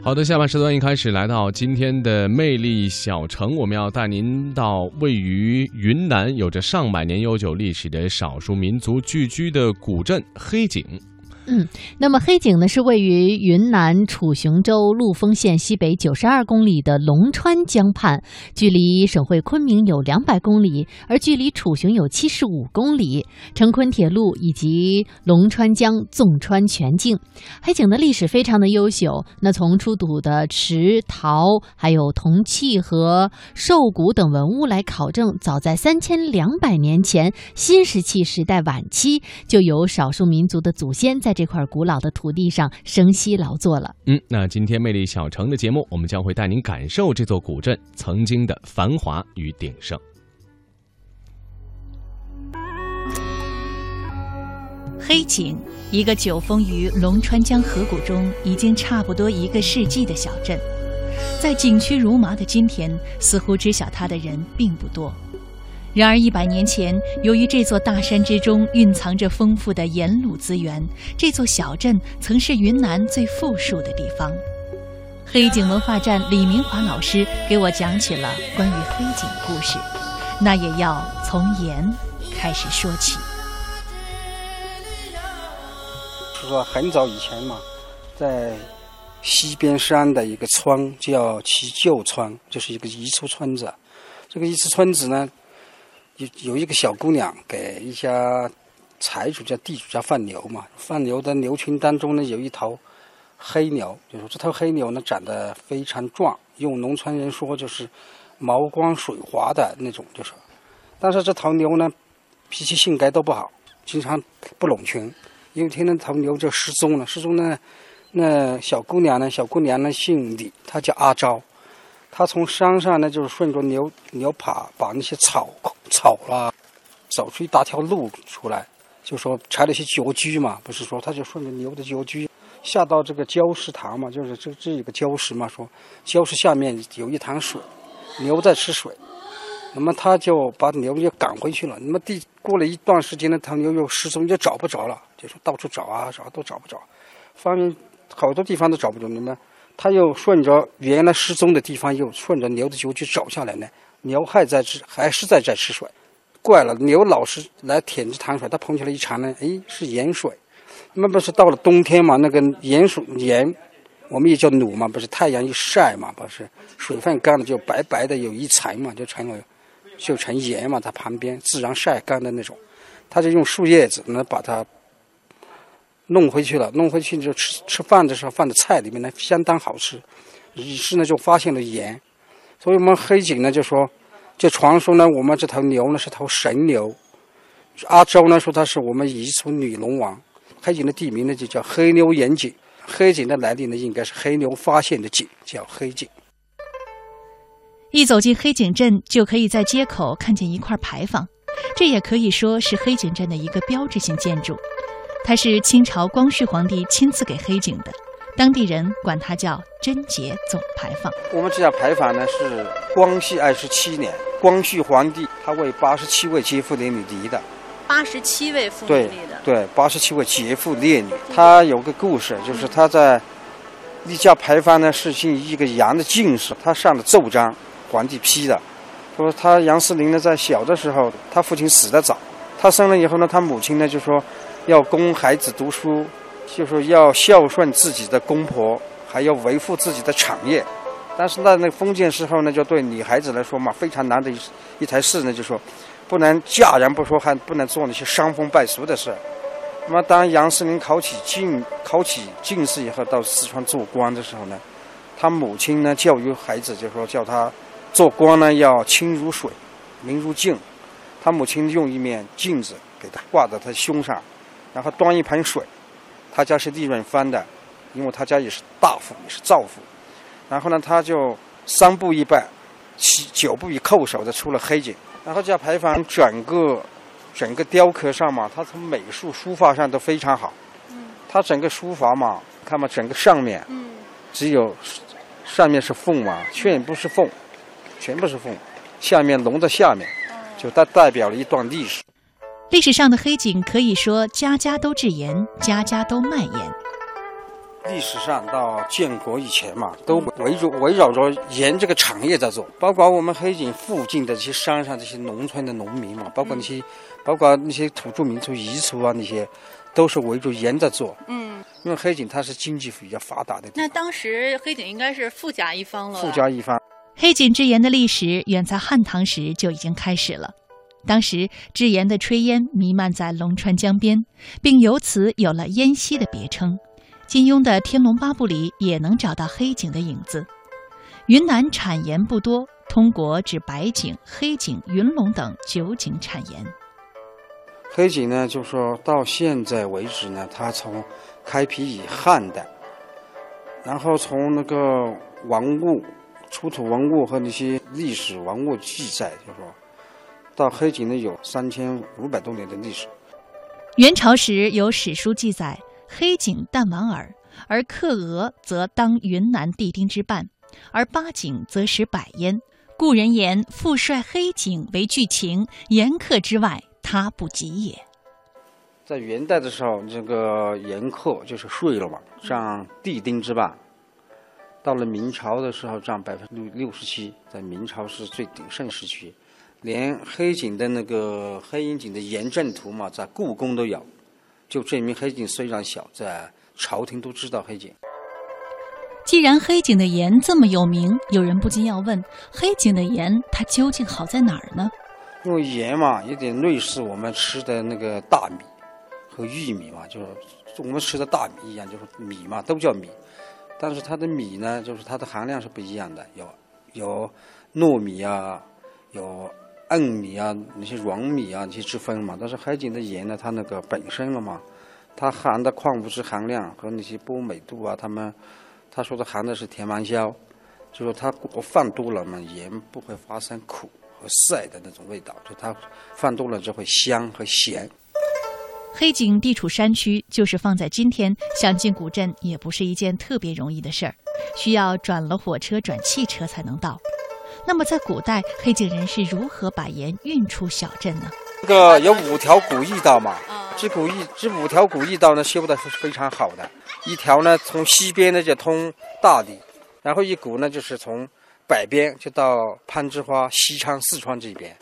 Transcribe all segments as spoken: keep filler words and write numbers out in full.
好的，下半时段一开始来到今天的魅力小城，我们要带您到位于云南有着上百年悠久历史的少数民族聚居的古镇黑井。 嗯，那么黑井呢是位于云南楚雄州陆丰县西北九十二公里的龙川江畔，距离省会昆明有两百公里，而距离楚雄有七十五公里。成昆铁路以及龙川江纵穿全境。黑井的历史非常的悠久，那从出土的石陶还有铜器和兽骨等文物来考证，早在三千两百年前新石器时代晚期，就有少数民族的祖先在这块古老的土地上生息劳作了。 嗯，那今天魅力小城的节目，我们将会带您感受这座古镇曾经的繁华与鼎盛。 黑井，一个久封于龙川江河谷中已经差不多一个世纪的小镇，在景区如麻的今天，似乎知晓它的人并不多。然而一百年前，由于这座大山之中蕴藏着丰富的盐卤资源，这座小镇曾是云南最富庶的地方。黑井文化站李明华老师给我讲起了关于黑井的故事，那也要从盐开始说起。 是说很早以前嘛，在西边山的一个村叫齐旧村，就是一个彝族村子。这个彝族村子呢，有有一个小姑娘给一家财主家地主家放牛嘛，放牛的牛群当中呢有一头黑牛，就说这头黑牛呢长得非常壮，用农村人说就是毛光水滑的那种，就是。但是这头牛呢脾气性格都不好，经常不拢群。有一天呢头牛就失踪了，失踪呢那小姑娘呢小姑娘呢姓李，她叫阿昭。他从山上呢，就是顺着牛牛爬，把那些草草啦，走出一大条路出来，就说踩了些脚居嘛，不是说他就顺着牛的脚居下到这个礁石塘嘛，就是这这一个礁石嘛，说礁石下面有一潭水，牛在吃水，那么他就把牛就赶回去了。那么第过了一段时间呢，他牛又失踪，就找不着了，就说到处找啊找都找不着，反正好多地方都找不着。那么他又顺着原来失踪的地方，又顺着牛的脚去找下来呢。牛还在吃，还是在在吃水。怪了，牛老是来舔着潭水，他捧起来一尝呢，哎，是盐水。那么不是到了冬天嘛，那个盐水盐，我们也叫卤嘛，不是太阳一晒嘛，不是水分干了就白白的有一层嘛，就成了就成盐嘛，它旁边自然晒干的那种。他就用树叶子呢把它弄回去了，弄回去就吃吃饭的时候放在菜里面呢，相当好吃。于是呢就发现了盐，所以我们黑井呢就说，就传说呢我们这头牛呢是头神牛。阿周呢说它是我们彝族女龙王。黑井的地名呢就叫黑牛盐井，黑井的来历呢应该是黑牛发现的井，叫黑井。 一走进黑井镇，就可以在街口看见一块牌坊，这也可以说是黑井镇的一个标志性建筑。它是清朝光绪皇帝亲自给黑井的，当地人管它叫贞节总牌坊。 我们这家牌坊呢是光绪二十七年，光绪皇帝他为八十七位杰妇烈女立的。 八十七位妇女立的。 对，八十七位杰妇烈女。他有个故事，就是他在立家牌坊呢是姓一个杨的进士，他上了奏章，皇帝批的，说他杨思林呢在小的时候，他父亲死得早，他生了以后呢，他母亲呢就说要供孩子读书，就说要孝顺自己的公婆，还要维护自己的产业。但是在那个封建时候呢，就对女孩子来说嘛，非常难的一一台事呢，就说不能嫁人不说，还不能做那些伤风败俗的事。那么当杨思林考起进考起进士以后，到四川做官的时候呢，他母亲呢教育孩子，就说叫他做官呢要清如水，明如镜。他母亲用一面镜子给他挂在他胸上，然后端一盆水。他家是利润藩的，因为他家也是大夫，也是造富。然后呢，他就三步一拜，七九步一叩首的出了黑井。然后这家牌坊整个整个雕刻上嘛，它从美术书法上都非常好。嗯，它整个书法嘛，看嘛，整个上面，嗯，只有上面是凤嘛，全部是凤，全部是凤，下面龙的下面，就它代表了一段历史。 历史上的黑井可以说家家都制盐，家家都卖盐。 历史上到建国以前嘛，都围绕围绕着盐这个产业在做，包括我们黑井附近的这些山上这些农村的农民嘛，包括那些，包括那些土著民族彝族啊，那些都是围着盐在做。嗯，因为黑井它是经济比较发达的地方。 那当时黑井应该是富甲一方了。 富甲一方。 黑井制盐的历史远在汉唐时就已经开始了。当时制盐的炊烟弥漫在龙川江边，并由此有了烟溪的别称。金庸的《天龙八部》里也能找到黑井的影子。云南产盐不多，通国指白井、黑井、云龙等九井产盐。 黑井呢，就说到现在为止呢，它从开辟以汉代，然后从那个文物、出土文物和那些历史文物记载，就说到黑井呢有三千五百多年的历史。 元朝时有史书记载，黑井淡莞尔，而克额则当云南地丁之半，而八井则使百焉。故人言父率黑井为巨情，严客之外，他不及也。 在元代的时候，这个盐客就是税了嘛，占地丁之半。到了明朝的时候，占百分之六十七，在明朝是最鼎盛时期。连黑井的那个黑鹰井的盐阵图嘛，在故宫都有，就证明黑井虽然小，在朝廷都知道黑井。 既然黑井的盐这么有名，有人不禁要问：黑井的盐它究竟好在哪儿呢？ 因为盐嘛，有点类似我们吃的那个大米和玉米嘛，就是我们吃的大米一样，就是米嘛，都叫米。但是它的米呢，就是它的含量是不一样的，有有糯米啊，有瓮米啊，那些软米啊，那些之分嘛。但是黑井的盐呢，它那个本身了嘛，它含的矿物质含量和那些波美度啊，他们他说的含的是甜芒硝，就说它放多了嘛，盐不会发生苦和涩的那种味道，就它放多了就会香和咸。 黑井地处山区，就是放在今天，想进古镇也不是一件特别容易的事儿，需要转了火车、转汽车才能到。那么在古代，黑井人是如何把盐运出小镇呢？ 这个有五条古驿道嘛，这古驿这五条古驿道呢修的是非常好的。一条呢从西边呢就通大理，然后一股呢就是从北边就到攀枝花、西昌、四川这边。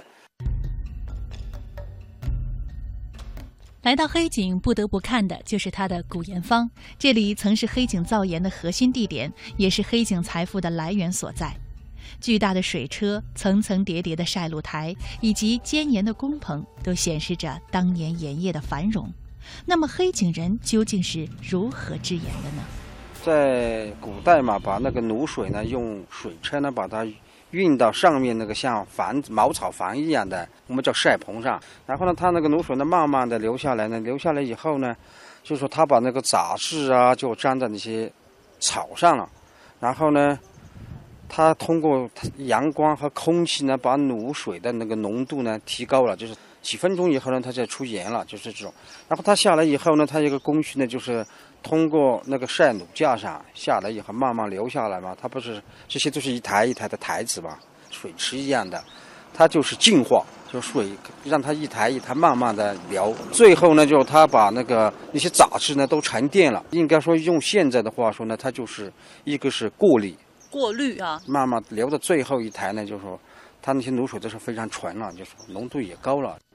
来到黑井，不得不看的就是它的古盐坊，这里曾是黑井造盐的核心地点，也是黑井财富的来源所在。巨大的水车、层层叠叠的晒露台以及煎盐的工棚，都显示着当年盐业的繁荣。那么黑井人究竟是如何制盐的呢？ 在古代嘛，把那个卤水呢，用水车呢把它运到上面那个像房子茅草房一样的，我们叫晒棚上。然后呢，它那个卤水呢，慢慢的流下来呢，流下来以后呢，就说它把那个杂质啊，就粘在那些草上了。然后呢，它通过阳光和空气呢，把卤水的那个浓度呢提高了，就是几分钟以后呢，它就出盐了，就是这种。然后它下来以后呢，它有个工序呢，就是通过那个晒卤架上下来以后，慢慢流下来嘛。它不是这些都是一台一台的台子嘛，水池一样的，它就是净化，就水让它一台一台慢慢的流。最后呢，就它把那个那些杂质呢都沉淀了。应该说用现在的话说呢，它就是一个是过滤。 过滤啊， 慢慢流到最后一台呢，就是说它那些卤水都是非常纯了，就是浓度也高了。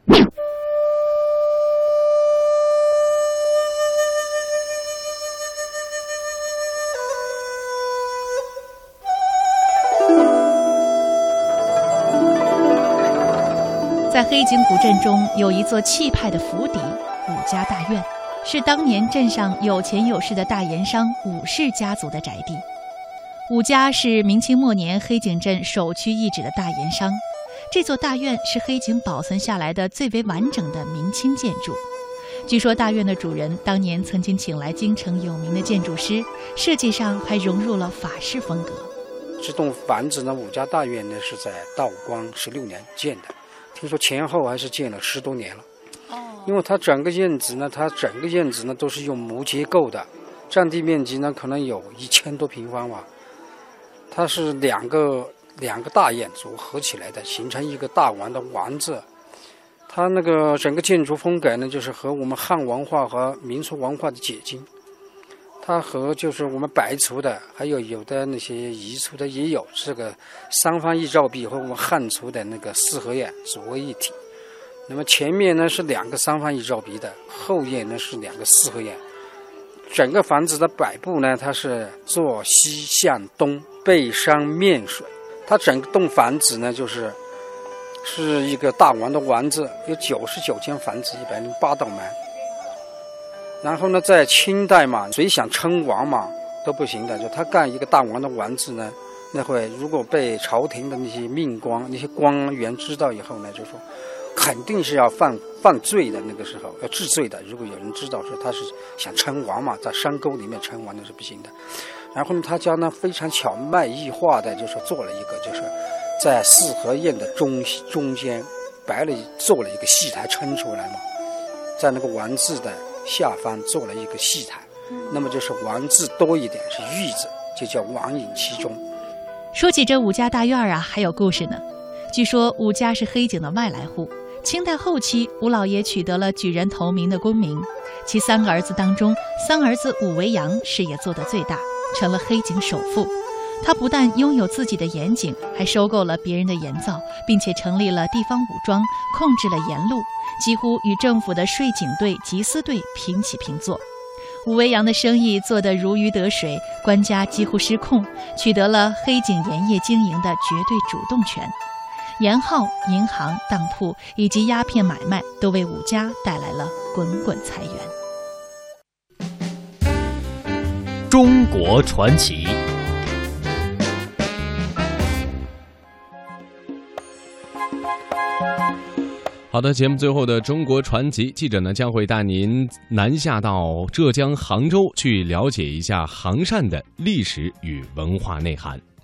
在黑井古镇中有一座气派的府邸武家大院，是当年镇上有钱有势的大盐商武氏家族的宅地。武家是明清末年黑井镇首屈一指的大盐商，这座大院是黑井保存下来的最为完整的明清建筑。据说大院的主人当年曾经请来京城有名的建筑师，设计上还融入了法式风格。 这栋房子呢，武家大院呢是在道光十六年建的，听说前后还是建了十多年了。哦，因为它整个院子呢，它整个院子呢都是用木结构的，占地面积呢可能有一千多平方吧。它是两个两个大院组合起来的，形成一个大丸的丸字。它那个整个建筑风格呢，就是和我们汉文化和民俗文化的结晶。 它和就是我们白族的，还有有的那些彝族的也有这个三方一照壁和我们汉族的那个四合院组为一体。那么前面呢是两个三方一照壁的，后院呢是两个四合院。整个房子的摆布呢，它是坐西向东，背山面水。它整栋房子呢，就是是一个大王的王字，有九十九间房子，一百零八道门。然后呢，在清代嘛，谁想称王嘛都不行的，就他干一个大王的王字呢，那会如果被朝廷的那些命官、那些官员知道以后呢，就说肯定是要犯犯罪的，那个时候要治罪的。如果有人知道说他是想称王嘛，在山沟里面称王那是不行的。然后呢，他家呢非常巧妙异化的，就是做了一个，就是在四合院的中中间摆了做了一个戏台撑出来嘛，在那个王字的下方做了一个戏台，那么就是王字多一点是玉字，就叫王隐其中。 说起这武家大院啊，还有故事呢。据说武家是黑井的外来户，清代后期武老爷取得了举人头名的功名，其三个儿子当中，三儿子武维扬事业做得最大，成了黑井首富。他不但拥有自己的盐井，还收购了别人的盐造，并且成立了地方武装，控制了盐路，几乎与政府的税警队、缉私队平起平坐。武维扬的生意做得如鱼得水，官家几乎失控，取得了黑井盐业经营的绝对主动权。盐号、银行、当铺以及鸦片买卖都为武家带来了滚滚财源。 中国传奇。 好的，节目最后的中国传奇，记者呢将会带您南下到浙江杭州，去了解一下杭汕的历史与文化内涵。